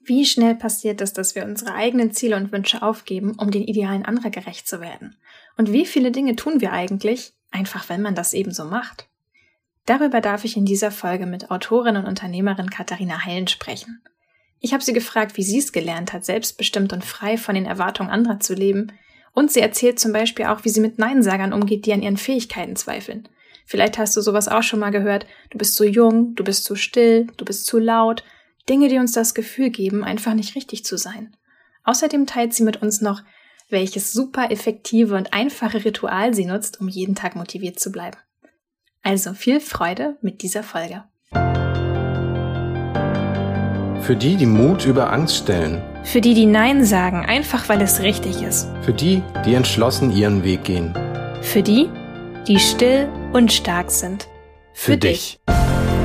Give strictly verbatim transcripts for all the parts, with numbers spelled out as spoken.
Wie schnell passiert es, dass wir unsere eigenen Ziele und Wünsche aufgeben, um den Idealen anderer gerecht zu werden? Und wie viele Dinge tun wir eigentlich, einfach wenn man das eben so macht? Darüber darf ich in dieser Folge mit Autorin und Unternehmerin Katharina Heilen sprechen. Ich habe sie gefragt, wie sie es gelernt hat, selbstbestimmt und frei von den Erwartungen anderer zu leben. Und sie erzählt zum Beispiel auch, wie sie mit Neinsagern umgeht, die an ihren Fähigkeiten zweifeln. Vielleicht hast du sowas auch schon mal gehört. Du bist zu jung, du bist zu still, du bist zu laut. Dinge, die uns das Gefühl geben, einfach nicht richtig zu sein. Außerdem teilt sie mit uns noch, welches super effektive und einfache Ritual sie nutzt, um jeden Tag motiviert zu bleiben. Also viel Freude mit dieser Folge. Für die, die Mut über Angst stellen. Für die, die Nein sagen, einfach weil es richtig ist. Für die, die entschlossen ihren Weg gehen. Für die, die still und stark sind. Für, Für dich. dich.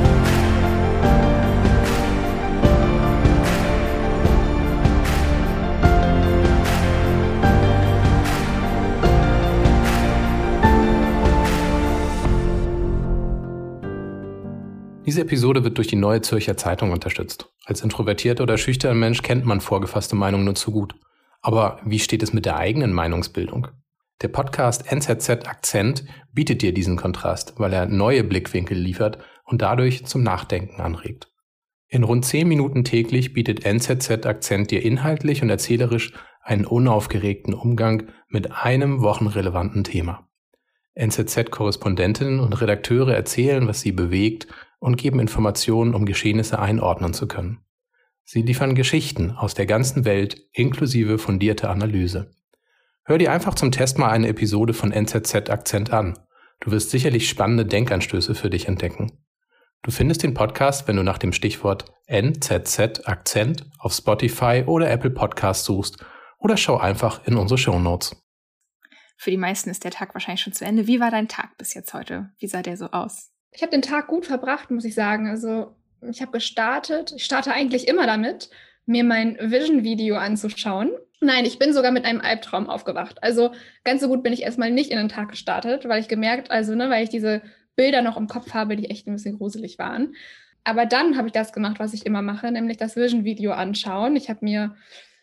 Diese Episode wird durch die Neue Zürcher Zeitung unterstützt. Als introvertierter oder schüchterner Mensch kennt man vorgefasste Meinungen nur zu gut. Aber wie steht es mit der eigenen Meinungsbildung? Der Podcast N Z Z Akzent bietet dir diesen Kontrast, weil er neue Blickwinkel liefert und dadurch zum Nachdenken anregt. In rund zehn Minuten täglich bietet N Z Z Akzent dir inhaltlich und erzählerisch einen unaufgeregten Umgang mit einem wochenrelevanten Thema. N Z Z-Korrespondentinnen und Redakteure erzählen, was sie bewegt und geben Informationen, um Geschehnisse einordnen zu können. Sie liefern Geschichten aus der ganzen Welt inklusive fundierter Analyse. Hör dir einfach zum Test mal eine Episode von N Z Z Akzent an. Du wirst sicherlich spannende Denkanstöße für dich entdecken. Du findest den Podcast, wenn du nach dem Stichwort N Z Z Akzent auf Spotify oder Apple Podcasts suchst, oder schau einfach in unsere Shownotes. Für die meisten ist der Tag wahrscheinlich schon zu Ende. Wie war dein Tag bis jetzt heute? Wie sah der so aus? Ich habe den Tag gut verbracht, muss ich sagen. Also ich habe gestartet, ich starte eigentlich immer damit, mir mein Vision-Video anzuschauen. Nein, ich bin sogar mit einem Albtraum aufgewacht. Also ganz so gut bin ich erstmal nicht in den Tag gestartet, weil ich gemerkt, also ne, weil ich diese Bilder noch im Kopf habe, die echt ein bisschen gruselig waren. Aber dann habe ich das gemacht, was ich immer mache, nämlich das Vision-Video anschauen. Ich habe mir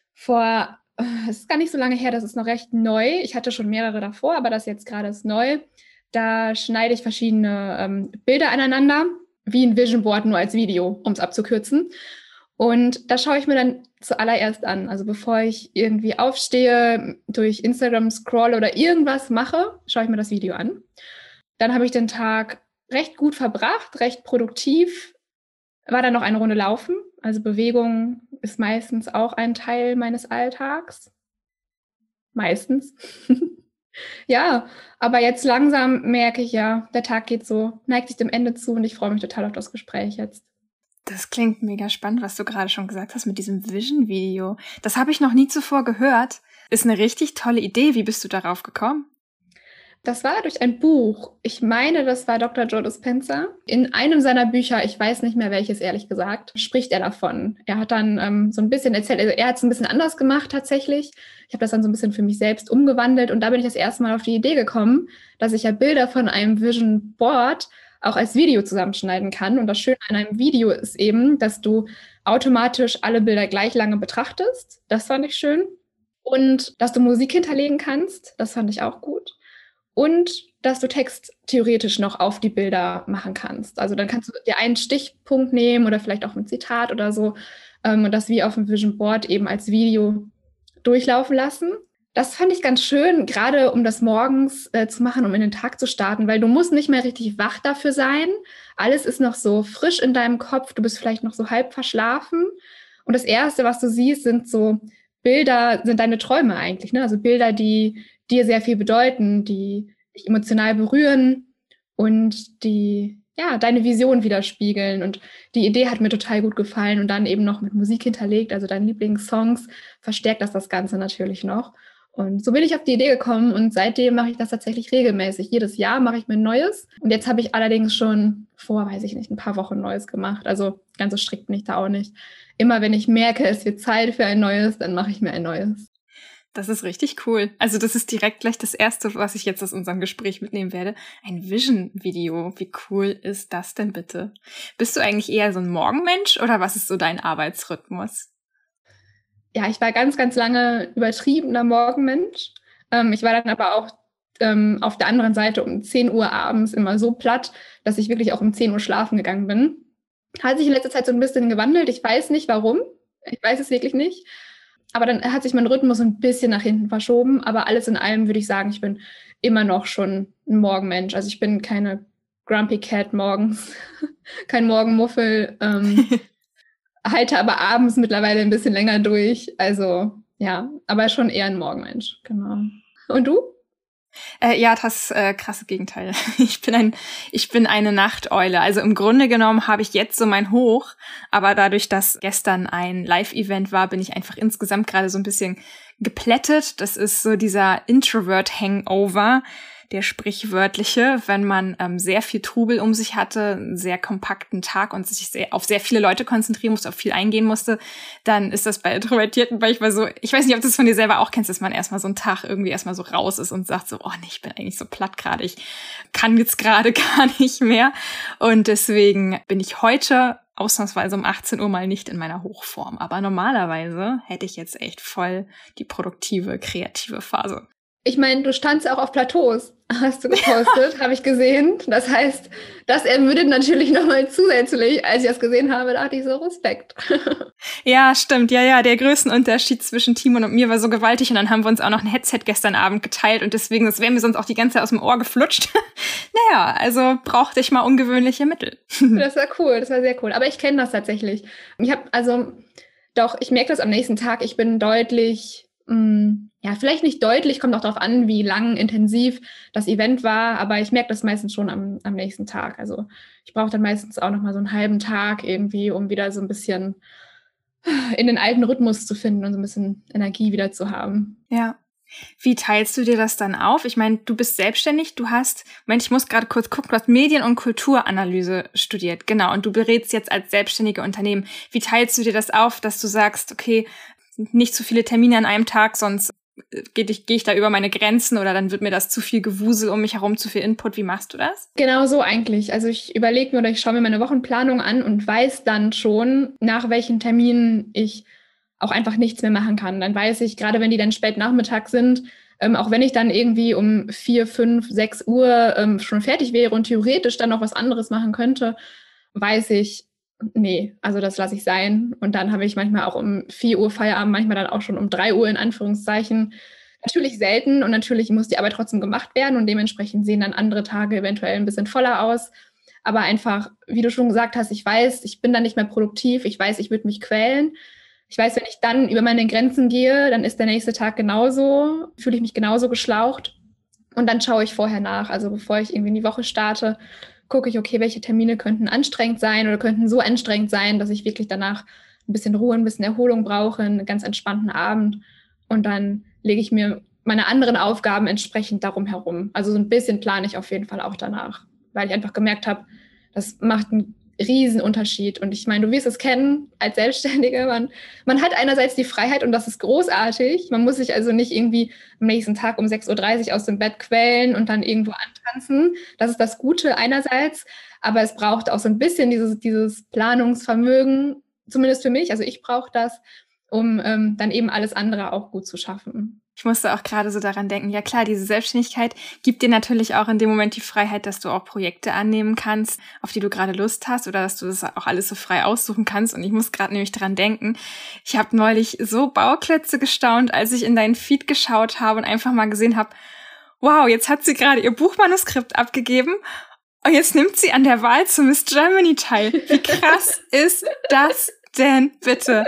vor, es ist gar nicht so lange her, das ist noch recht neu. Ich hatte schon mehrere davor, aber das jetzt gerade ist neu. Da schneide ich verschiedene ähm, Bilder aneinander, wie ein Vision Board, nur als Video, um es abzukürzen. Und das schaue ich mir dann zuallererst an. Also bevor ich irgendwie aufstehe, durch Instagram scroll oder irgendwas mache, schaue ich mir das Video an. Dann habe ich den Tag recht gut verbracht, recht produktiv. War dann noch eine Runde laufen. Also Bewegung ist meistens auch ein Teil meines Alltags. Meistens. Ja, aber jetzt langsam merke ich ja, der Tag geht so, neigt sich dem Ende zu und ich freue mich total auf das Gespräch jetzt. Das klingt mega spannend, was du gerade schon gesagt hast mit diesem Vision-Video. Das habe ich noch nie zuvor gehört. Ist eine richtig tolle Idee. Wie bist du darauf gekommen? Das war durch ein Buch. Ich meine, das war Doktor Joe Dispenza. In einem seiner Bücher, ich weiß nicht mehr welches, ehrlich gesagt, spricht er davon. Er hat dann ähm, so ein bisschen erzählt, also er hat es ein bisschen anders gemacht tatsächlich. Ich habe das dann so ein bisschen für mich selbst umgewandelt und da bin ich das erste Mal auf die Idee gekommen, dass ich ja Bilder von einem Vision Board auch als Video zusammenschneiden kann. Und das Schöne an einem Video ist eben, dass du automatisch alle Bilder gleich lange betrachtest. Das fand ich schön. Und dass du Musik hinterlegen kannst. Das fand ich auch gut. Und dass du Text theoretisch noch auf die Bilder machen kannst. Also dann kannst du dir einen Stichpunkt nehmen oder vielleicht auch ein Zitat oder so ähm, und das wie auf dem Vision Board eben als Video durchlaufen lassen. Das fand ich ganz schön, gerade um das morgens äh, zu machen, um in den Tag zu starten, weil du musst nicht mehr richtig wach dafür sein. Alles ist noch so frisch in deinem Kopf, du bist vielleicht noch so halb verschlafen. Und das Erste, was du siehst, sind so Bilder, sind deine Träume eigentlich, ne? Also Bilder, die dir sehr viel bedeuten, die dich emotional berühren und die ja deine Vision widerspiegeln. Und die Idee hat mir total gut gefallen und dann eben noch mit Musik hinterlegt, also deine Lieblingssongs, verstärkt das das Ganze natürlich noch. Und so bin ich auf die Idee gekommen und seitdem mache ich das tatsächlich regelmäßig. Jedes Jahr mache ich mir ein neues. Und jetzt habe ich allerdings schon vor, weiß ich nicht, ein paar Wochen ein neues gemacht. Also ganz so strikt bin ich da auch nicht. Immer wenn ich merke, es wird Zeit für ein neues, dann mache ich mir ein neues. Das ist richtig cool. Also das ist direkt gleich das Erste, was ich jetzt aus unserem Gespräch mitnehmen werde. Ein Vision-Video. Wie cool ist das denn bitte? Bist du eigentlich eher so ein Morgenmensch oder was ist so dein Arbeitsrhythmus? ja, ich war ganz, ganz lange übertriebener Morgenmensch. Ähm, ich war dann aber auch ähm, auf der anderen Seite um zehn Uhr abends immer so platt, dass ich wirklich auch um zehn Uhr schlafen gegangen bin. Hat sich in letzter Zeit so ein bisschen gewandelt. Ich weiß nicht, warum. Ich weiß es wirklich nicht. Aber dann hat sich mein Rhythmus ein bisschen nach hinten verschoben. Aber alles in allem würde ich sagen, ich bin immer noch schon ein Morgenmensch. Also ich bin keine Grumpy Cat morgens, kein Morgenmuffel. Ähm, halte aber abends mittlerweile ein bisschen länger durch. Also ja, aber schon eher ein Morgenmensch. Genau. Und du? Äh, ja, das äh, krasse Gegenteil. Ich bin ein, ich bin eine Nachteule. Also im Grunde genommen habe ich jetzt so mein Hoch, aber dadurch, dass gestern ein Live-Event war, bin ich einfach insgesamt gerade so ein bisschen geplättet. Das ist so dieser Introvert-Hangover, der sprichwörtliche, wenn man ähm, sehr viel Trubel um sich hatte, einen sehr kompakten Tag und sich sehr, auf sehr viele Leute konzentrieren musste, auf viel eingehen musste, dann ist das bei Introvertierten manchmal so, ich weiß nicht, ob du das von dir selber auch kennst, dass man erstmal so einen Tag irgendwie erstmal so raus ist und sagt so, oh nee, ich bin eigentlich so platt gerade, ich kann jetzt gerade gar nicht mehr. Und deswegen bin ich heute ausnahmsweise um achtzehn Uhr mal nicht in meiner Hochform. Aber normalerweise hätte ich jetzt echt voll die produktive, kreative Phase. Ich meine, du standst auch auf Plateaus, hast du gepostet, habe ich gesehen. Das heißt, das ermüdet natürlich nochmal zusätzlich. Als ich das gesehen habe, dachte ich so, Respekt. Ja, stimmt. Ja, ja, der Größenunterschied zwischen Timon und mir war so gewaltig. Und dann haben wir uns auch noch ein Headset gestern Abend geteilt. Und deswegen, das wäre mir sonst auch die ganze Zeit aus dem Ohr geflutscht. Naja, also brauchte ich mal ungewöhnliche Mittel. Das war cool, das war sehr cool. Aber ich kenne das tatsächlich. Ich habe, also, doch, ich merke das am nächsten Tag. Ich bin deutlich... ja, vielleicht nicht deutlich, kommt auch darauf an, wie lang, intensiv das Event war, aber ich merke das meistens schon am, am nächsten Tag. Also ich brauche dann meistens auch noch mal so einen halben Tag irgendwie, um wieder so ein bisschen in den alten Rhythmus zu finden und so ein bisschen Energie wieder zu haben. Ja. Wie teilst du dir das dann auf? Ich meine, du bist selbstständig, du hast, Moment, ich muss gerade kurz gucken, du hast Medien- und Kulturanalyse studiert, genau, und du berätst jetzt als selbstständige Unternehmen. Wie teilst du dir das auf, dass du sagst, okay, nicht zu viele Termine an einem Tag, sonst gehe ich, geh ich da über meine Grenzen oder dann wird mir das zu viel Gewusel um mich herum, zu viel Input. Wie machst du das? Genau so eigentlich. Also ich überlege mir oder ich schaue mir meine Wochenplanung an und weiß dann schon, nach welchen Terminen ich auch einfach nichts mehr machen kann. Dann weiß ich, gerade wenn die dann spät Nachmittag sind, ähm, auch wenn ich dann irgendwie um vier, fünf, sechs Uhr ähm, schon fertig wäre und theoretisch dann noch was anderes machen könnte, weiß ich, nee, also das lasse ich sein. Und dann habe ich manchmal auch um vier Uhr Feierabend, manchmal dann auch schon um drei Uhr in Anführungszeichen. Natürlich selten und natürlich muss die Arbeit trotzdem gemacht werden und dementsprechend sehen dann andere Tage eventuell ein bisschen voller aus. Aber einfach, wie du schon gesagt hast, ich weiß, ich bin dann nicht mehr produktiv. Ich weiß, ich würde mich quälen. Ich weiß, wenn ich dann über meine Grenzen gehe, dann ist der nächste Tag genauso, fühle ich mich genauso geschlaucht. Und dann schaue ich vorher nach. Also bevor ich irgendwie in die Woche starte, gucke ich, okay, welche Termine könnten anstrengend sein oder könnten so anstrengend sein, dass ich wirklich danach ein bisschen Ruhe, ein bisschen Erholung brauche, einen ganz entspannten Abend. Und dann lege ich mir meine anderen Aufgaben entsprechend darum herum. Also so ein bisschen plane ich auf jeden Fall auch danach, weil ich einfach gemerkt habe, das macht einen riesen Unterschied. Und ich meine, du wirst es kennen als Selbstständige. Man, man hat einerseits die Freiheit und das ist großartig. Man muss sich also nicht irgendwie am nächsten Tag um sechs Uhr dreißig aus dem Bett quälen und dann irgendwo antanzen. Das ist das Gute einerseits. Aber es braucht auch so ein bisschen dieses, dieses Planungsvermögen, zumindest für mich. Also ich brauche das, um ähm, dann eben alles andere auch gut zu schaffen. Ich musste auch gerade so daran denken, ja klar, diese Selbstständigkeit gibt dir natürlich auch in dem Moment die Freiheit, dass du auch Projekte annehmen kannst, auf die du gerade Lust hast oder dass du das auch alles so frei aussuchen kannst. Und ich muss gerade nämlich dran denken, ich habe neulich so Bauklötze gestaunt, als ich in deinen Feed geschaut habe und einfach mal gesehen habe, wow, jetzt hat sie gerade ihr Buchmanuskript abgegeben und jetzt nimmt sie an der Wahl zu Miss Germany teil. Wie krass ist das denn bitte?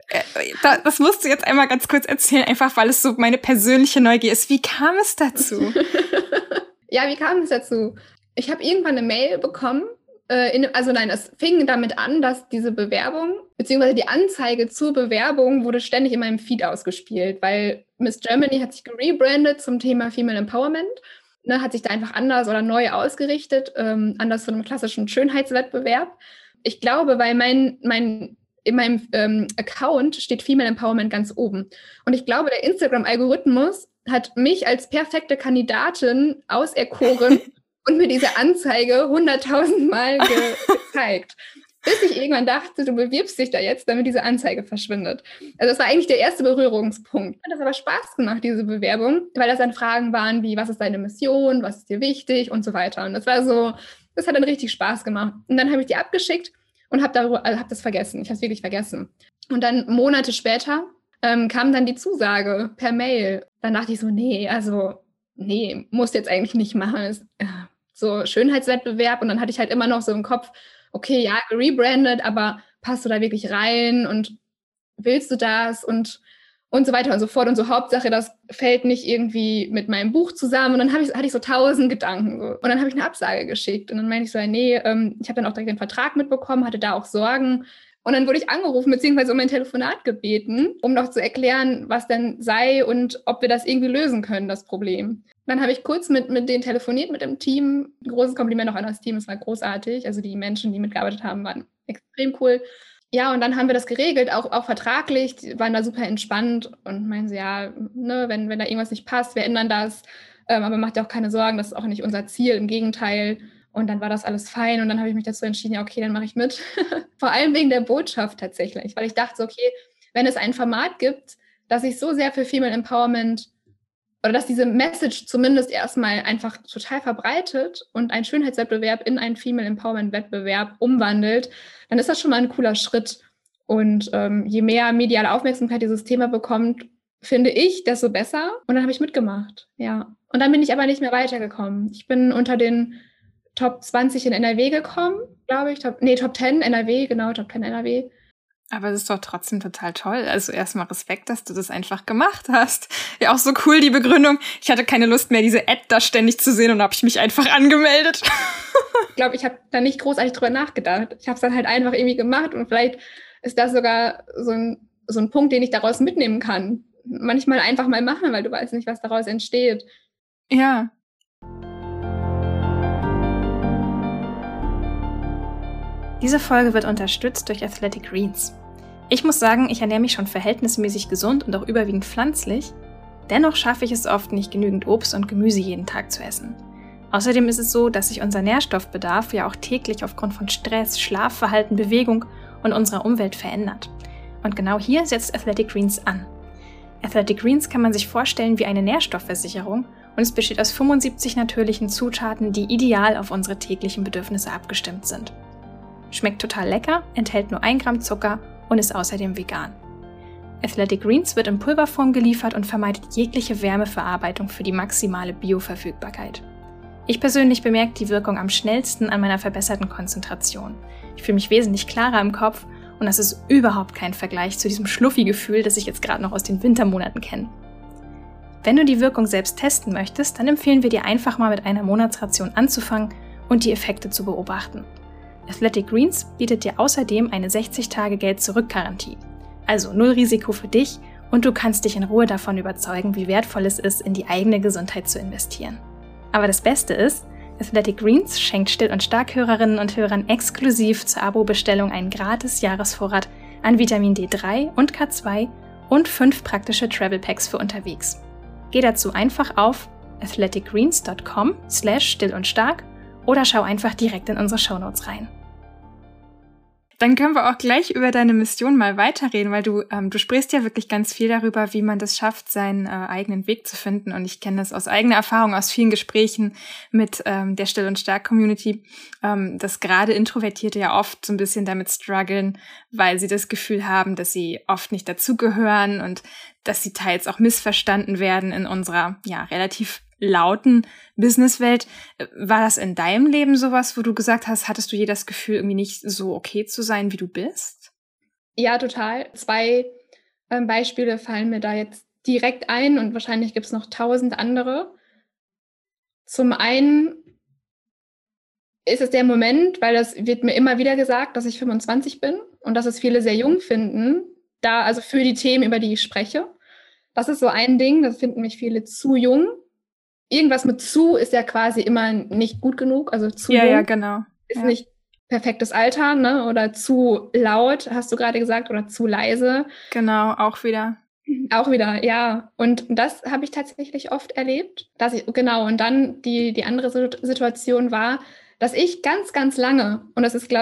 Das musst du jetzt einmal ganz kurz erzählen, einfach weil es so meine persönliche Neugier ist. Wie kam es dazu? Ja, wie kam es dazu? Ich habe irgendwann eine Mail bekommen, äh, in, also nein, es fing damit an, dass diese Bewerbung, beziehungsweise die Anzeige zur Bewerbung wurde ständig in meinem Feed ausgespielt, weil Miss Germany hat sich gerebrandet zum Thema Female Empowerment, ne, hat sich da einfach anders oder neu ausgerichtet, ähm, anders zu einem klassischen Schönheitswettbewerb. Ich glaube, weil mein, mein in meinem ähm, Account steht Female Empowerment ganz oben. Und ich glaube, der Instagram-Algorithmus hat mich als perfekte Kandidatin auserkoren und mir diese Anzeige hunderttausend Mal ge- gezeigt. Bis ich irgendwann dachte, du bewirbst dich da jetzt, damit diese Anzeige verschwindet. Also das war eigentlich der erste Berührungspunkt. Hat das aber Spaß gemacht, diese Bewerbung, weil das dann Fragen waren wie, was ist deine Mission, was ist dir wichtig und so weiter. Und das war so, das hat dann richtig Spaß gemacht. Und dann habe ich die abgeschickt und habe darüber, also habe das vergessen. Ich habe es wirklich vergessen. Und dann Monate später ähm, kam dann die Zusage per Mail. Dann dachte ich so, nee, also nee, musst jetzt eigentlich nicht machen. Das, äh, so Schönheitswettbewerb. Und dann hatte ich halt immer noch so im Kopf, okay, ja, rebrandet, aber passt du da wirklich rein und willst du das und, und so weiter und so fort. Und so Hauptsache, das fällt nicht irgendwie mit meinem Buch zusammen. Und dann hab ich, hatte ich so tausend Gedanken. So. Und dann habe ich eine Absage geschickt. Und dann meinte ich so, nee, ähm, ich habe dann auch direkt den Vertrag mitbekommen, hatte da auch Sorgen. Und dann wurde ich angerufen, beziehungsweise um ein Telefonat gebeten, um noch zu erklären, was denn sei und ob wir das irgendwie lösen können, das Problem. Dann habe ich kurz mit, mit denen telefoniert, mit dem Team. Ein großes Kompliment auch an das Team, es war großartig. Also die Menschen, die mitgearbeitet haben, waren extrem cool. Ja, und dann haben wir das geregelt, auch, auch vertraglich, die waren da super entspannt und meinen so, ja, ne, wenn, wenn da irgendwas nicht passt, wir ändern das. Ähm, aber macht ja auch keine Sorgen, das ist auch nicht unser Ziel, im Gegenteil. Und dann war das alles fein und dann habe ich mich dazu entschieden, ja, okay, dann mache ich mit. Vor allem wegen der Botschaft tatsächlich, weil ich dachte so, okay, wenn es ein Format gibt, das sich so sehr für Female Empowerment oder dass diese Message zumindest erstmal einfach total verbreitet und einen Schönheitswettbewerb in einen Female Empowerment Wettbewerb umwandelt, dann ist das schon mal ein cooler Schritt. Und ähm, je mehr mediale Aufmerksamkeit dieses Thema bekommt, finde ich, desto besser. Und dann habe ich mitgemacht, ja. Und dann bin ich aber nicht mehr weitergekommen. Ich bin unter den Top zwanzig in N R W gekommen, glaube ich. Top, nee, Top zehn N R W, genau, Top zehn N R W. Aber es ist doch trotzdem total toll. Also erstmal Respekt, dass du das einfach gemacht hast. Ja, auch so cool, die Begründung. Ich hatte keine Lust mehr, diese Ad da ständig zu sehen und habe ich mich einfach angemeldet. Ich glaube, ich habe da nicht großartig drüber nachgedacht. Ich habe es dann halt einfach irgendwie gemacht und vielleicht ist das sogar so ein, so ein Punkt, den ich daraus mitnehmen kann. Manchmal einfach mal machen, weil du weißt nicht, was daraus entsteht. Ja. Diese Folge wird unterstützt durch Athletic Greens. Ich muss sagen, ich ernähre mich schon verhältnismäßig gesund und auch überwiegend pflanzlich. Dennoch schaffe ich es oft nicht, genügend Obst und Gemüse jeden Tag zu essen. Außerdem ist es so, dass sich unser Nährstoffbedarf ja auch täglich aufgrund von Stress, Schlafverhalten, Bewegung und unserer Umwelt verändert. Und genau hier setzt Athletic Greens an. Athletic Greens kann man sich vorstellen wie eine Nährstoffversicherung und es besteht aus fünfundsiebzig natürlichen Zutaten, die ideal auf unsere täglichen Bedürfnisse abgestimmt sind. Schmeckt total lecker, enthält nur ein Gramm Zucker und ist außerdem vegan. Athletic Greens wird in Pulverform geliefert und vermeidet jegliche Wärmeverarbeitung für die maximale Bioverfügbarkeit. Ich persönlich bemerke die Wirkung am schnellsten an meiner verbesserten Konzentration. Ich fühle mich wesentlich klarer im Kopf und das ist überhaupt kein Vergleich zu diesem Schluffi-Gefühl, das ich jetzt gerade noch aus den Wintermonaten kenne. Wenn du die Wirkung selbst testen möchtest, dann empfehlen wir dir einfach mal mit einer Monatsration anzufangen und die Effekte zu beobachten. Athletic Greens bietet dir außerdem eine sechzig Tage Geld-Zurück-Garantie. Also null Risiko für dich und du kannst dich in Ruhe davon überzeugen, wie wertvoll es ist, in die eigene Gesundheit zu investieren. Aber das Beste ist, Athletic Greens schenkt Still- und Stark-Hörerinnen und Hörern exklusiv zur Abo-Bestellung einen gratis Jahresvorrat an Vitamin D drei und K zwei und fünf praktische Travel Packs für unterwegs. Geh dazu einfach auf athleticgreens dot com slash still und stark oder schau einfach direkt in unsere Shownotes rein. Dann können wir auch gleich über deine Mission mal weiterreden, weil du ähm, du sprichst ja wirklich ganz viel darüber, wie man das schafft, seinen äh, eigenen Weg zu finden. Und ich kenne das aus eigener Erfahrung, aus vielen Gesprächen mit ähm, der Still- und Stark-Community, ähm, dass gerade Introvertierte ja oft so ein bisschen damit strugglen, weil sie das Gefühl haben, dass sie oft nicht dazugehören und dass sie teils auch missverstanden werden in unserer ja relativ lauten Businesswelt. War das in deinem Leben sowas, wo du gesagt hast, hattest du je das Gefühl, irgendwie nicht so okay zu sein, wie du bist? Ja, total. Zwei ähm, Beispiele fallen mir da jetzt direkt ein und wahrscheinlich gibt es noch tausend andere. Zum einen ist es der Moment, weil das wird mir immer wieder gesagt, dass ich fünfundzwanzig bin und dass es viele sehr jung finden, da also für die Themen, über die ich spreche. Das ist so ein Ding, das finden mich viele zu jung. Irgendwas mit zu ist ja quasi immer nicht gut genug, also zu ja, jung ja, genau. ist ja. nicht perfektes Alter, ne? Oder zu laut, hast du gerade gesagt, oder zu leise. Genau, auch wieder. Auch wieder, ja. Und das habe ich tatsächlich oft erlebt, dass ich, genau, und dann die, die andere Situation war, dass ich ganz, ganz lange, und das ist, glaube ich,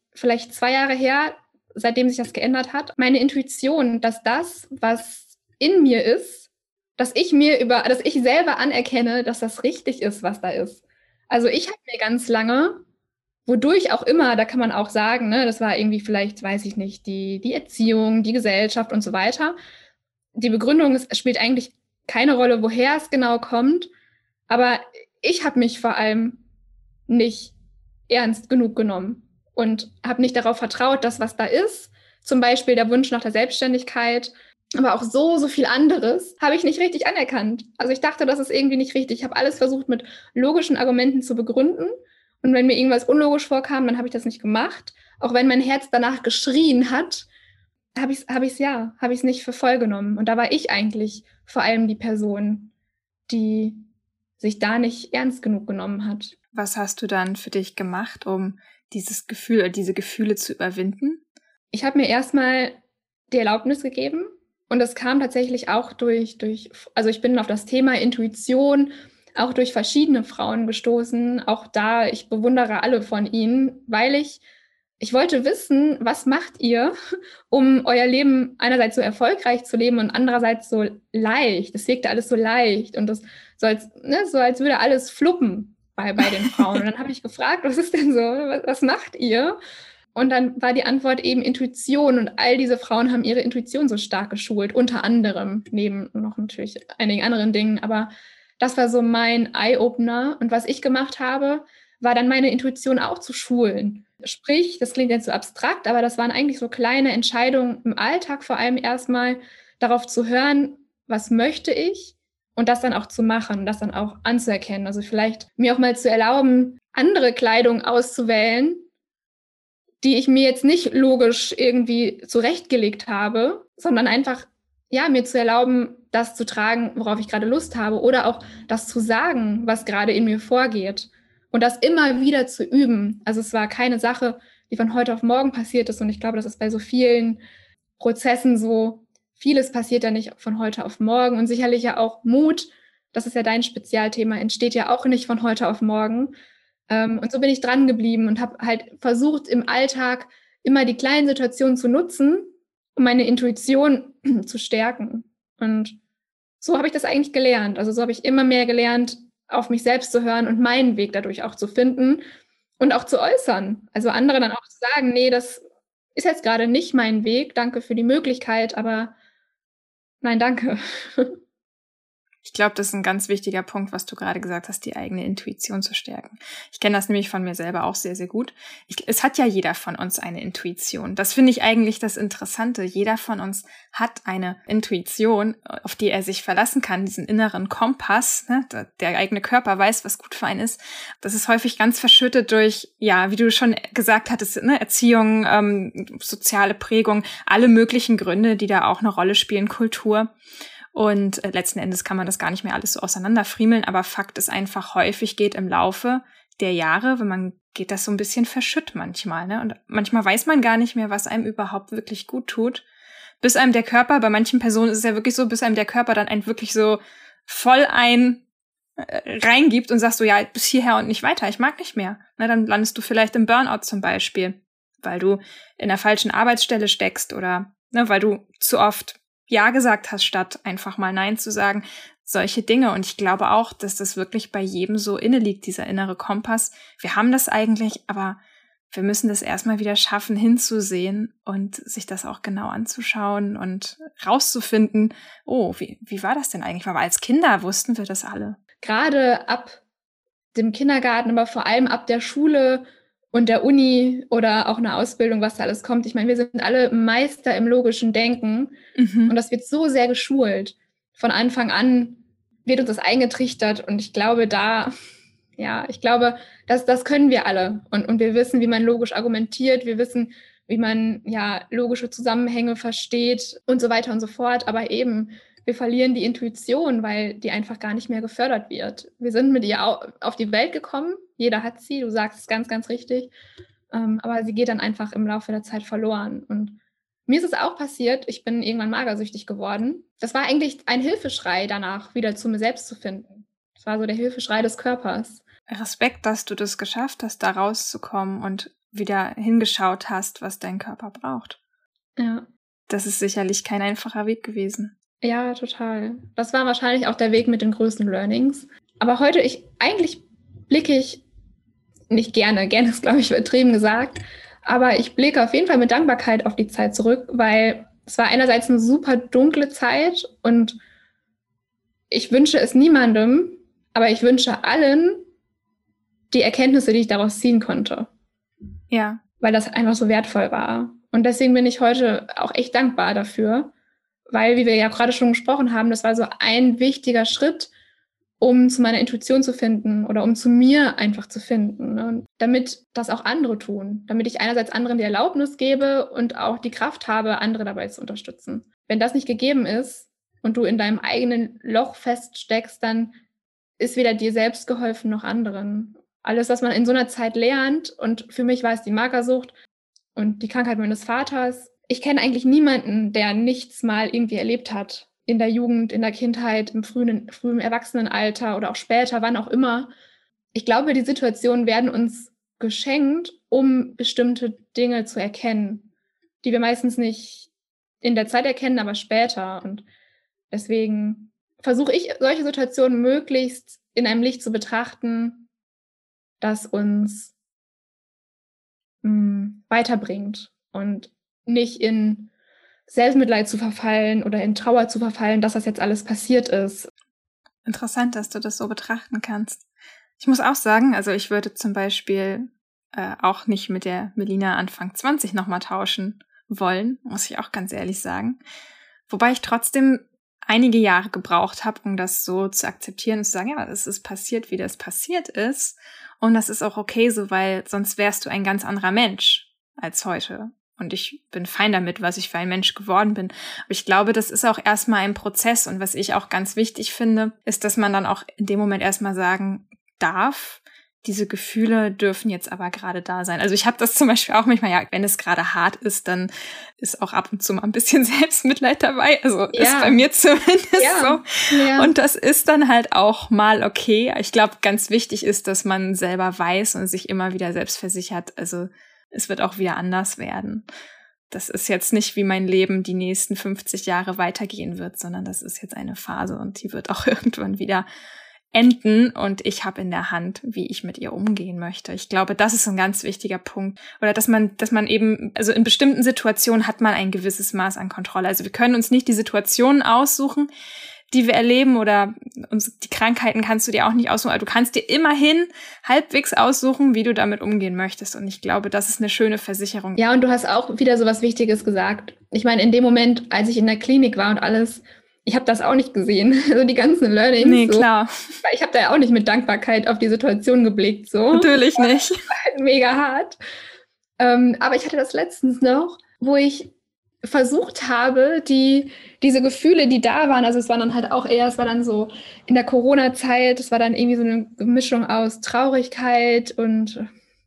vielleicht zwei Jahre her, seitdem sich das geändert hat, meine Intuition, dass das, was in mir ist, dass ich mir über, dass ich selber anerkenne, dass das richtig ist, was da ist. Also ich habe mir ganz lange, wodurch auch immer, da kann man auch sagen, ne, das war irgendwie vielleicht, weiß ich nicht, die, die Erziehung, die Gesellschaft und so weiter. Die Begründung ist, spielt eigentlich keine Rolle, woher es genau kommt, aber ich habe mich vor allem nicht ernst genug genommen und habe nicht darauf vertraut, dass was da ist, zum Beispiel der Wunsch nach der Selbstständigkeit, aber auch so, so viel anderes, habe ich nicht richtig anerkannt. Also ich dachte, das ist irgendwie nicht richtig. Ich habe alles versucht, mit logischen Argumenten zu begründen. Und wenn mir irgendwas unlogisch vorkam, dann habe ich das nicht gemacht. Auch wenn mein Herz danach geschrien hat, habe ich es hab ich's, ja, habe ich es nicht für voll genommen. Und da war ich eigentlich vor allem die Person, die sich da nicht ernst genug genommen hat. Was hast du dann für dich gemacht, um dieses Gefühl, oder diese Gefühle zu überwinden? Ich habe mir erstmal die Erlaubnis gegeben. Und das kam tatsächlich auch durch, durch, also ich bin auf das Thema Intuition auch durch verschiedene Frauen gestoßen. Auch da, ich bewundere alle von ihnen, weil ich, ich wollte wissen, was macht ihr, um euer Leben einerseits so erfolgreich zu leben und andererseits so leicht. Es wirkte alles so leicht und das so als, ne, so als würde alles fluppen bei, bei den Frauen. Und dann habe ich gefragt, was ist denn so, was, was macht ihr? Und dann war die Antwort eben Intuition und all diese Frauen haben ihre Intuition so stark geschult, unter anderem, neben noch natürlich einigen anderen Dingen, aber das war so mein Eye-Opener und was ich gemacht habe, war dann meine Intuition auch zu schulen. Sprich, das klingt jetzt so abstrakt, aber das waren eigentlich so kleine Entscheidungen im Alltag, vor allem erstmal darauf zu hören, was möchte ich und das dann auch zu machen, das dann auch anzuerkennen. Also vielleicht mir auch mal zu erlauben, andere Kleidung auszuwählen, die ich mir jetzt nicht logisch irgendwie zurechtgelegt habe, sondern einfach, ja, mir zu erlauben, das zu tragen, worauf ich gerade Lust habe oder auch das zu sagen, was gerade in mir vorgeht und das immer wieder zu üben. Also es war keine Sache, die von heute auf morgen passiert ist und ich glaube, das ist bei so vielen Prozessen so, vieles passiert ja nicht von heute auf morgen und sicherlich ja auch Mut, das ist ja dein Spezialthema, entsteht ja auch nicht von heute auf morgen. Um, und so bin ich dran geblieben und habe halt versucht, im Alltag immer die kleinen Situationen zu nutzen, um meine Intuition zu stärken. Und so habe ich das eigentlich gelernt. Also so habe ich immer mehr gelernt, auf mich selbst zu hören und meinen Weg dadurch auch zu finden und auch zu äußern. Also andere dann auch zu sagen, nee, das ist jetzt gerade nicht mein Weg, danke für die Möglichkeit, aber nein, danke. Ich glaube, das ist ein ganz wichtiger Punkt, was du gerade gesagt hast, die eigene Intuition zu stärken. Ich kenne das nämlich von mir selber auch sehr, sehr gut. Ich, es hat ja jeder von uns eine Intuition. Das finde ich eigentlich das Interessante. Jeder von uns hat eine Intuition, auf die er sich verlassen kann, diesen inneren Kompass, ne? Der eigene Körper weiß, was gut für einen ist. Das ist häufig ganz verschüttet durch, ja, wie du schon gesagt hattest, ne? Erziehung, ähm, soziale Prägung, alle möglichen Gründe, die da auch eine Rolle spielen, Kultur. Und äh, letzten Endes kann man das gar nicht mehr alles so auseinanderfriemeln, aber Fakt ist einfach, häufig geht im Laufe der Jahre, wenn man geht das so ein bisschen verschütt manchmal, ne? Und manchmal weiß man gar nicht mehr, was einem überhaupt wirklich gut tut, bis einem der Körper, bei manchen Personen ist es ja wirklich so, bis einem der Körper dann einen wirklich so voll ein äh, reingibt und sagst so, ja, bis hierher und nicht weiter, ich mag nicht mehr. Ne? Dann landest du vielleicht im Burnout zum Beispiel, weil du in der falschen Arbeitsstelle steckst oder ne, weil du zu oft Ja gesagt hast, statt einfach mal Nein zu sagen, solche Dinge. Und ich glaube auch, dass das wirklich bei jedem so inne liegt, dieser innere Kompass. Wir haben das eigentlich, aber wir müssen das erstmal wieder schaffen, hinzusehen und sich das auch genau anzuschauen und rauszufinden, oh, wie, wie war das denn eigentlich? Weil als Kinder wussten wir das alle. Gerade ab dem Kindergarten, aber vor allem ab der Schule und der Uni oder auch eine Ausbildung, was da alles kommt. Ich meine, wir sind alle Meister im logischen Denken mhm. und das wird so sehr geschult. Von Anfang an wird uns das eingetrichtert und ich glaube, da, ja, ich glaube, das, das können wir alle und, und wir wissen, wie man logisch argumentiert, wir wissen, wie man ja logische Zusammenhänge versteht und so weiter und so fort, aber eben, wir verlieren die Intuition, weil die einfach gar nicht mehr gefördert wird. Wir sind mit ihr auf die Welt gekommen, jeder hat sie, du sagst es ganz, ganz richtig, ähm, aber sie geht dann einfach im Laufe der Zeit verloren. Und mir ist es auch passiert, ich bin irgendwann magersüchtig geworden. Das war eigentlich ein Hilfeschrei danach, wieder zu mir selbst zu finden. Das war so der Hilfeschrei des Körpers. Respekt, dass du das geschafft hast, da rauszukommen und wieder hingeschaut hast, was dein Körper braucht. Ja. Das ist sicherlich kein einfacher Weg gewesen. Ja, total. Das war wahrscheinlich auch der Weg mit den größten Learnings. Aber heute, ich eigentlich blicke ich nicht gerne, gerne ist, glaube ich, übertrieben gesagt, aber ich blicke auf jeden Fall mit Dankbarkeit auf die Zeit zurück, weil es war einerseits eine super dunkle Zeit und ich wünsche es niemandem, aber ich wünsche allen die Erkenntnisse, die ich daraus ziehen konnte. Ja. Weil das einfach so wertvoll war. Und deswegen bin ich heute auch echt dankbar dafür, weil, wie wir ja gerade schon gesprochen haben, das war so ein wichtiger Schritt, um zu meiner Intuition zu finden oder um zu mir einfach zu finden. Ne? Damit das auch andere tun. Damit ich einerseits anderen die Erlaubnis gebe und auch die Kraft habe, andere dabei zu unterstützen. Wenn das nicht gegeben ist und du in deinem eigenen Loch feststeckst, dann ist weder dir selbst geholfen noch anderen. Alles, was man in so einer Zeit lernt, und für mich war es die Magersucht und die Krankheit meines Vaters. Ich kenne eigentlich niemanden, der nichts mal irgendwie erlebt hat. In der Jugend, in der Kindheit, im frühen, frühen Erwachsenenalter oder auch später, wann auch immer. Ich glaube, die Situationen werden uns geschenkt, um bestimmte Dinge zu erkennen, die wir meistens nicht in der Zeit erkennen, aber später. Und deswegen versuche ich, solche Situationen möglichst in einem Licht zu betrachten, das uns mh, weiterbringt und nicht in Selbstmitleid zu verfallen oder in Trauer zu verfallen, dass das jetzt alles passiert ist. Interessant, dass du das so betrachten kannst. Ich muss auch sagen, also ich würde zum Beispiel äh, auch nicht mit der Melina Anfang zwanzig nochmal tauschen wollen, muss ich auch ganz ehrlich sagen. Wobei ich trotzdem einige Jahre gebraucht habe, um das so zu akzeptieren und zu sagen, ja, es ist passiert, wie das passiert ist. Und das ist auch okay so, weil sonst wärst du ein ganz anderer Mensch als heute. Und ich bin fein damit, was ich für ein Mensch geworden bin. Aber ich glaube, das ist auch erstmal ein Prozess. Und was ich auch ganz wichtig finde, ist, dass man dann auch in dem Moment erstmal sagen darf, diese Gefühle dürfen jetzt aber gerade da sein. Also ich habe das zum Beispiel auch manchmal, ja, wenn es gerade hart ist, dann ist auch ab und zu mal ein bisschen Selbstmitleid dabei. Also ja. Ist bei mir zumindest ja. so. Ja. Und das ist dann halt auch mal okay. Ich glaube, ganz wichtig ist, dass man selber weiß und sich immer wieder selbst versichert, also es wird auch wieder anders werden. Das ist jetzt nicht, wie mein Leben die nächsten fünfzig Jahre weitergehen wird, sondern das ist jetzt eine Phase und die wird auch irgendwann wieder enden und ich habe in der Hand, wie ich mit ihr umgehen möchte. Ich glaube, das ist ein ganz wichtiger Punkt. Oder dass man, dass man eben, also in bestimmten Situationen hat man ein gewisses Maß an Kontrolle. Also wir können uns nicht die Situationen aussuchen, die wir erleben, oder uns, die Krankheiten kannst du dir auch nicht aussuchen, aber du kannst dir immerhin halbwegs aussuchen, wie du damit umgehen möchtest. Und ich glaube, das ist eine schöne Versicherung. Ja, und du hast auch wieder so was Wichtiges gesagt. Ich meine, in dem Moment, als ich in der Klinik war und alles, ich habe das auch nicht gesehen, also die ganzen Learnings. Nee, so. Klar. Ich habe da ja auch nicht mit Dankbarkeit auf die Situation geblickt. So. Natürlich nicht. Halt mega hart. Ähm, aber ich hatte das letztens noch, wo ich versucht habe, die diese Gefühle, die da waren, also es war dann halt auch eher, es war dann so in der Corona-Zeit, es war dann irgendwie so eine Mischung aus Traurigkeit und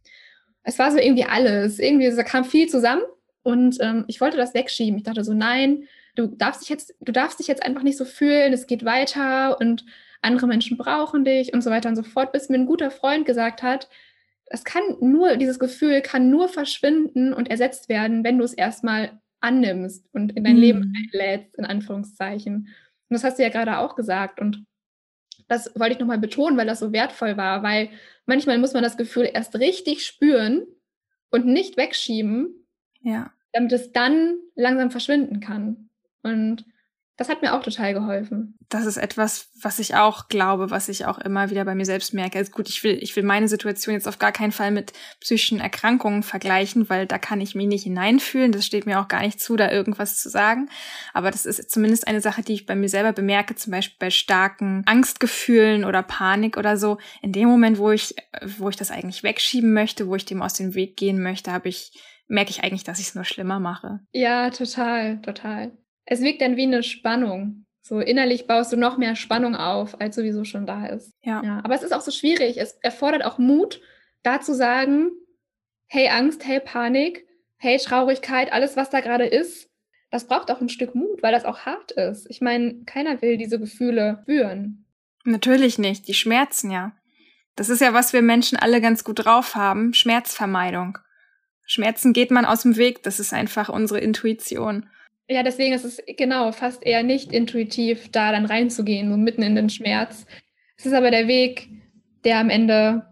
es war so irgendwie alles. Irgendwie, da kam viel zusammen und ähm, ich wollte das wegschieben. Ich dachte so, nein, du darfst dich jetzt, du darfst dich jetzt einfach nicht so fühlen, es geht weiter und andere Menschen brauchen dich und so weiter und so fort, bis mir ein guter Freund gesagt hat, es kann nur, dieses Gefühl kann nur verschwinden und ersetzt werden, wenn du es erstmal annimmst und in dein mm. Leben einlädst, in Anführungszeichen. Und das hast du ja gerade auch gesagt. Und das wollte ich nochmal betonen, weil das so wertvoll war, weil manchmal muss man das Gefühl erst richtig spüren und nicht wegschieben, ja. damit es dann langsam verschwinden kann. Und das hat mir auch total geholfen. Das ist etwas, was ich auch glaube, was ich auch immer wieder bei mir selbst merke. Also gut, ich will, ich will meine Situation jetzt auf gar keinen Fall mit psychischen Erkrankungen vergleichen, weil da kann ich mich nicht hineinfühlen. Das steht mir auch gar nicht zu, da irgendwas zu sagen. Aber das ist zumindest eine Sache, die ich bei mir selber bemerke, zum Beispiel bei starken Angstgefühlen oder Panik oder so. In dem Moment, wo ich, wo ich das eigentlich wegschieben möchte, wo ich dem aus dem Weg gehen möchte, habe ich, merke ich eigentlich, dass ich es nur schlimmer mache. Ja, total, total. Es wirkt dann wie eine Spannung. So innerlich baust du noch mehr Spannung auf, als sowieso schon da ist. Ja. Ja. Aber es ist auch so schwierig. Es erfordert auch Mut, da zu sagen, hey Angst, hey Panik, hey Traurigkeit, alles, was da gerade ist, das braucht auch ein Stück Mut, weil das auch hart ist. Ich meine, keiner will diese Gefühle spüren. Natürlich nicht. Die schmerzen ja. Das ist ja, was wir Menschen alle ganz gut drauf haben. Schmerzvermeidung. Schmerzen geht man aus dem Weg, das ist einfach unsere Intuition. Ja, deswegen ist es genau fast eher nicht intuitiv, da dann reinzugehen, so mitten in den Schmerz. Es ist aber der Weg, der am Ende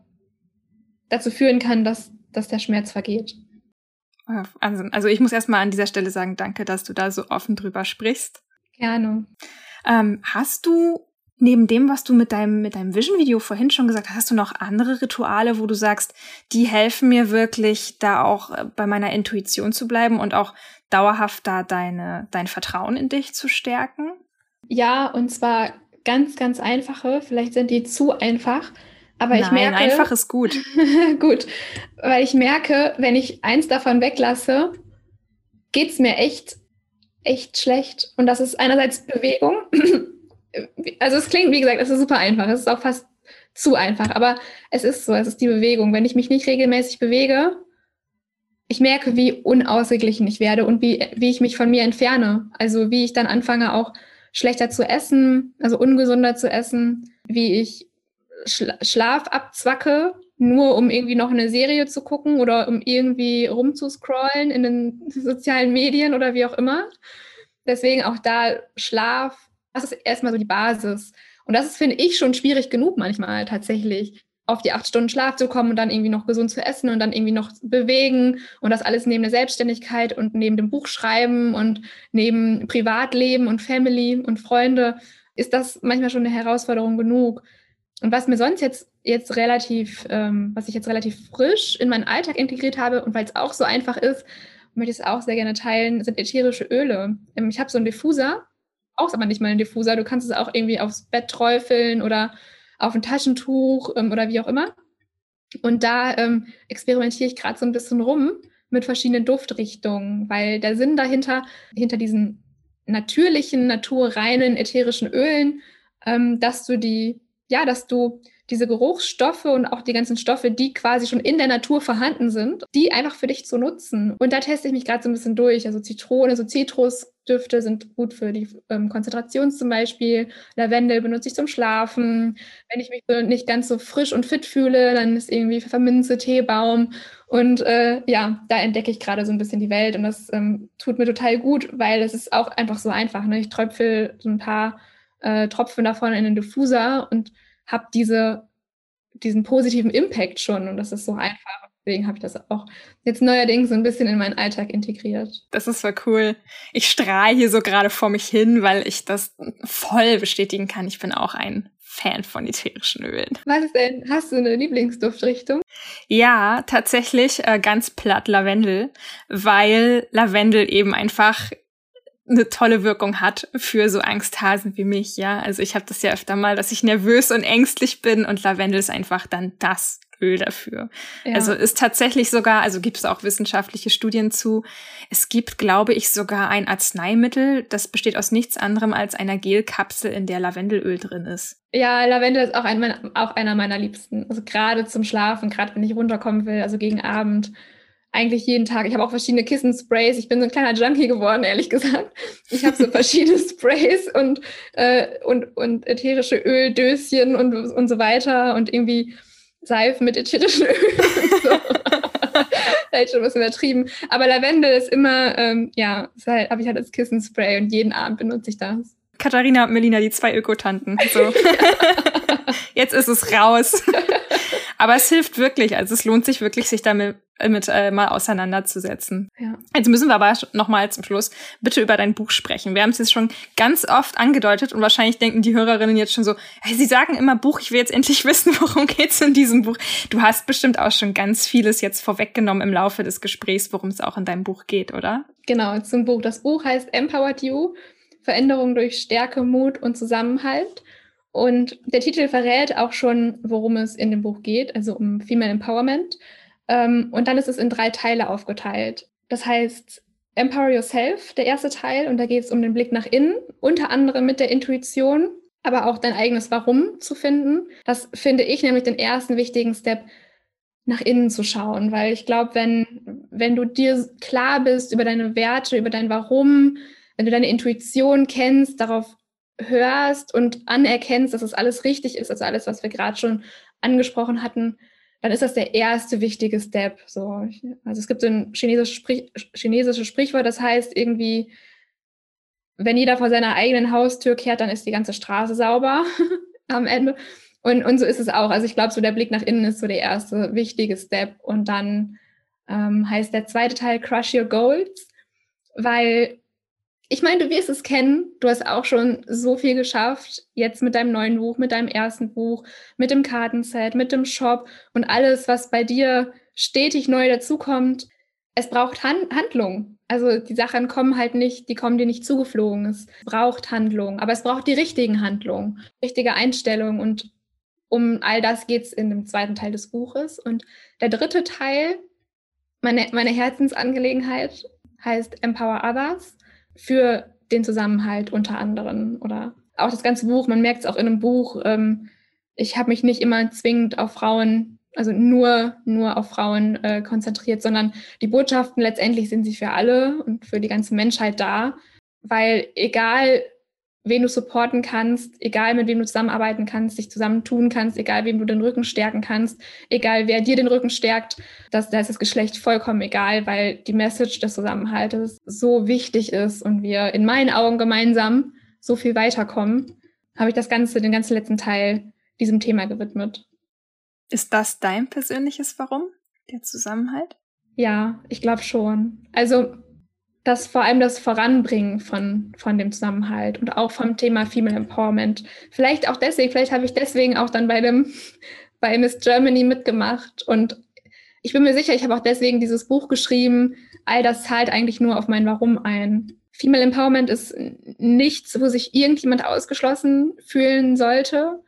dazu führen kann, dass, dass der Schmerz vergeht. Also, also ich muss erstmal an dieser Stelle sagen, danke, dass du da so offen drüber sprichst. Gerne. Ähm, hast du neben dem, was du mit deinem, mit deinem Vision-Video vorhin schon gesagt hast, hast du noch andere Rituale, wo du sagst, die helfen mir wirklich, da auch bei meiner Intuition zu bleiben und auch dauerhaft da deine, dein Vertrauen in dich zu stärken? Ja, und zwar ganz, ganz einfache. Vielleicht sind die zu einfach, aber Nein, ich merke... einfach ist gut. Gut, weil ich merke, wenn ich eins davon weglasse, geht's mir echt, echt schlecht. Und das ist einerseits Bewegung. Also es klingt, wie gesagt, es ist super einfach. Es ist auch fast zu einfach. Aber es ist so, es ist die Bewegung. Wenn ich mich nicht regelmäßig bewege, ich merke, wie unausgeglichen ich werde und wie, wie ich mich von mir entferne. Also wie ich dann anfange, auch schlechter zu essen, also ungesunder zu essen, wie ich Schla- Schlaf abzwacke, nur um irgendwie noch eine Serie zu gucken oder um irgendwie rumzuscrollen in den sozialen Medien oder wie auch immer. Deswegen auch da Schlaf, das ist erstmal so die Basis. Und das ist, finde ich, schon schwierig genug manchmal tatsächlich, auf die acht Stunden Schlaf zu kommen und dann irgendwie noch gesund zu essen und dann irgendwie noch bewegen und das alles neben der Selbstständigkeit und neben dem Buchschreiben und neben Privatleben und Family und Freunde ist das manchmal schon eine Herausforderung genug. Und was mir sonst jetzt, jetzt relativ, ähm, was ich jetzt relativ frisch in meinen Alltag integriert habe und weil es auch so einfach ist, möchte ich es auch sehr gerne teilen, sind ätherische Öle. Ähm, ich habe so einen Diffuser, brauchst aber nicht mal einen Diffuser, du kannst es auch irgendwie aufs Bett träufeln oder auf ein Taschentuch ähm, oder wie auch immer. Und da ähm, experimentiere ich gerade so ein bisschen rum mit verschiedenen Duftrichtungen, weil der Sinn dahinter, hinter diesen natürlichen, naturreinen ätherischen Ölen, ähm, dass du die, ja, dass du diese Geruchsstoffe und auch die ganzen Stoffe, die quasi schon in der Natur vorhanden sind, die einfach für dich zu nutzen. Und da teste ich mich gerade so ein bisschen durch. Also Zitrone, so Zitrusdüfte sind gut für die ähm, Konzentration zum Beispiel. Lavendel benutze ich zum Schlafen. Wenn ich mich so nicht ganz so frisch und fit fühle, dann ist irgendwie Pfefferminze, Teebaum. Und äh, ja, da entdecke ich gerade so ein bisschen die Welt. Und das ähm, tut mir total gut, weil es ist auch einfach so einfach. Ne? Ich tröpfel so ein paar äh, Tropfen davon in den Diffuser und habe diese, diesen positiven Impact schon und das ist so einfach. Deswegen habe ich das auch jetzt neuerdings so ein bisschen in meinen Alltag integriert. Das ist voll cool. Ich strahle hier so gerade vor mich hin, weil ich das voll bestätigen kann. Ich bin auch ein Fan von ätherischen Ölen. Was ist denn? Hast du eine Lieblingsduftrichtung? Ja, tatsächlich äh, ganz platt Lavendel, weil Lavendel eben einfach eine tolle Wirkung hat für so Angsthasen wie mich, ja. Also ich habe das ja öfter mal, dass ich nervös und ängstlich bin und Lavendel ist einfach dann das Öl dafür. Ja. Also ist tatsächlich sogar, also gibt es auch wissenschaftliche Studien zu, es gibt, glaube ich, sogar ein Arzneimittel, das besteht aus nichts anderem als einer Gelkapsel, in der Lavendelöl drin ist. Ja, Lavendel ist auch, ein, auch einer meiner Liebsten. Also gerade zum Schlafen, gerade wenn ich runterkommen will, also gegen Abend. Eigentlich jeden Tag. Ich habe auch verschiedene Kissensprays. Ich bin so ein kleiner Junkie geworden, ehrlich gesagt. Ich habe so verschiedene Sprays und, äh, und, und ätherische Öldöschen und, und so weiter und irgendwie Seifen mit ätherischen Ölen und so. Vielleicht schon ein bisschen übertrieben. Aber Lavendel ist immer, ähm, ja, halt, habe ich halt als Kissenspray und jeden Abend benutze ich das. Katharina und Melina, die zwei Ökotanten. So. Jetzt ist es raus. Aber es hilft wirklich. Also es lohnt sich wirklich, sich damit mit, äh, mal auseinanderzusetzen. Ja. Jetzt müssen wir aber noch mal zum Schluss bitte über dein Buch sprechen. Wir haben es jetzt schon ganz oft angedeutet und wahrscheinlich denken die Hörerinnen jetzt schon so, hey, sie sagen immer Buch, ich will jetzt endlich wissen, worum geht's in diesem Buch. Du hast bestimmt auch schon ganz vieles jetzt vorweggenommen im Laufe des Gesprächs, worum es auch in deinem Buch geht, oder? Genau, zum Buch. Das Buch heißt Empowered You, Veränderung durch Stärke, Mut und Zusammenhalt. Und der Titel verrät auch schon, worum es in dem Buch geht, also um Female Empowerment. Und dann ist es in drei Teile aufgeteilt. Das heißt, Empower Yourself, der erste Teil, und da geht es um den Blick nach innen, unter anderem mit der Intuition, aber auch dein eigenes Warum zu finden. Das finde ich nämlich den ersten wichtigen Step, nach innen zu schauen, weil ich glaube, wenn, wenn du dir klar bist über deine Werte, über dein Warum, wenn du deine Intuition kennst, darauf hörst und anerkennst, dass es alles richtig ist, also alles, was wir gerade schon angesprochen hatten, dann ist das der erste wichtige Step. So. Also es gibt so ein chinesisches, Sprich, chinesisches Sprichwort, das heißt irgendwie, wenn jeder vor seiner eigenen Haustür kehrt, dann ist die ganze Straße sauber am Ende. Und, und so ist es auch. Also ich glaube, so der Blick nach innen ist so der erste wichtige Step. Und dann ähm, heißt der zweite Teil Crush Your Goals, weil ich meine, du wirst es kennen, du hast auch schon so viel geschafft, jetzt mit deinem neuen Buch, mit deinem ersten Buch, mit dem Kartenset, mit dem Shop und alles, was bei dir stetig neu dazukommt. Es braucht Han- Handlung. Also die Sachen kommen halt nicht, die kommen dir nicht zugeflogen. Es braucht Handlung, aber es braucht die richtigen Handlungen, richtige Einstellungen und um all das geht es in dem zweiten Teil des Buches. Und der dritte Teil, meine, meine Herzensangelegenheit, heißt Empower Others. Für den Zusammenhalt unter anderem oder auch das ganze Buch, man merkt es auch in einem Buch, ähm, ich habe mich nicht immer zwingend auf Frauen, also nur, nur auf Frauen äh, konzentriert, sondern die Botschaften letztendlich sind sie für alle und für die ganze Menschheit da, weil egal, wen du supporten kannst, egal mit wem du zusammenarbeiten kannst, dich zusammentun kannst, egal wem du den Rücken stärken kannst, egal wer dir den Rücken stärkt, das, da ist das Geschlecht vollkommen egal, weil die Message des Zusammenhaltes so wichtig ist und wir in meinen Augen gemeinsam so viel weiterkommen, habe ich das Ganze, den ganzen letzten Teil diesem Thema gewidmet. Ist das dein persönliches Warum, der Zusammenhalt? Ja, ich glaube schon. Also das vor allem das Voranbringen von, von dem Zusammenhalt und auch vom Thema Female Empowerment. Vielleicht auch deswegen, vielleicht habe ich deswegen auch dann bei dem bei Miss Germany mitgemacht und ich bin mir sicher, ich habe auch deswegen dieses Buch geschrieben. All das zahlt eigentlich nur auf mein Warum ein. Female Empowerment ist nichts, wo sich irgendjemand ausgeschlossen fühlen sollte.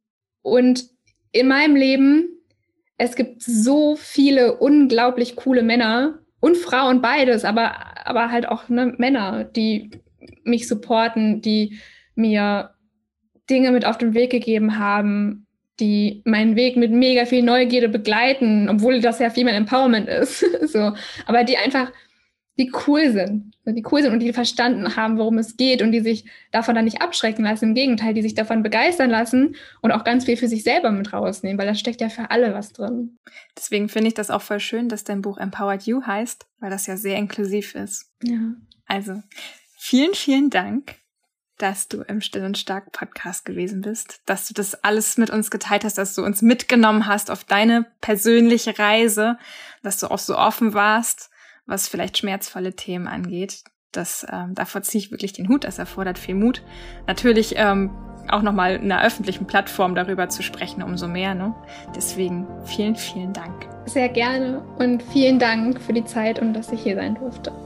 Und in meinem Leben, es gibt so viele unglaublich coole Männer und Frauen, beides, aber, aber halt auch ne, Männer, die mich supporten, die mir Dinge mit auf den Weg gegeben haben, die meinen Weg mit mega viel Neugierde begleiten, obwohl das ja Female Empowerment ist. so. Aber die einfach, die cool sind. Die cool sind und die verstanden haben, worum es geht und die sich davon dann nicht abschrecken lassen. Im Gegenteil, die sich davon begeistern lassen und auch ganz viel für sich selber mit rausnehmen, weil da steckt ja für alle was drin. Deswegen finde ich das auch voll schön, dass dein Buch Empowered You heißt, weil das ja sehr inklusiv ist. Ja. Also, vielen, vielen Dank, dass du im Still und Stark Podcast gewesen bist, dass du das alles mit uns geteilt hast, dass du uns mitgenommen hast auf deine persönliche Reise, dass du auch so offen warst, was vielleicht schmerzvolle Themen angeht. Das, ähm, davor ziehe ich wirklich den Hut, das erfordert viel Mut. Natürlich ähm, auch nochmal in einer öffentlichen Plattform darüber zu sprechen, umso mehr. Ne? Deswegen vielen, vielen Dank. Sehr gerne und vielen Dank für die Zeit und dass ich hier sein durfte.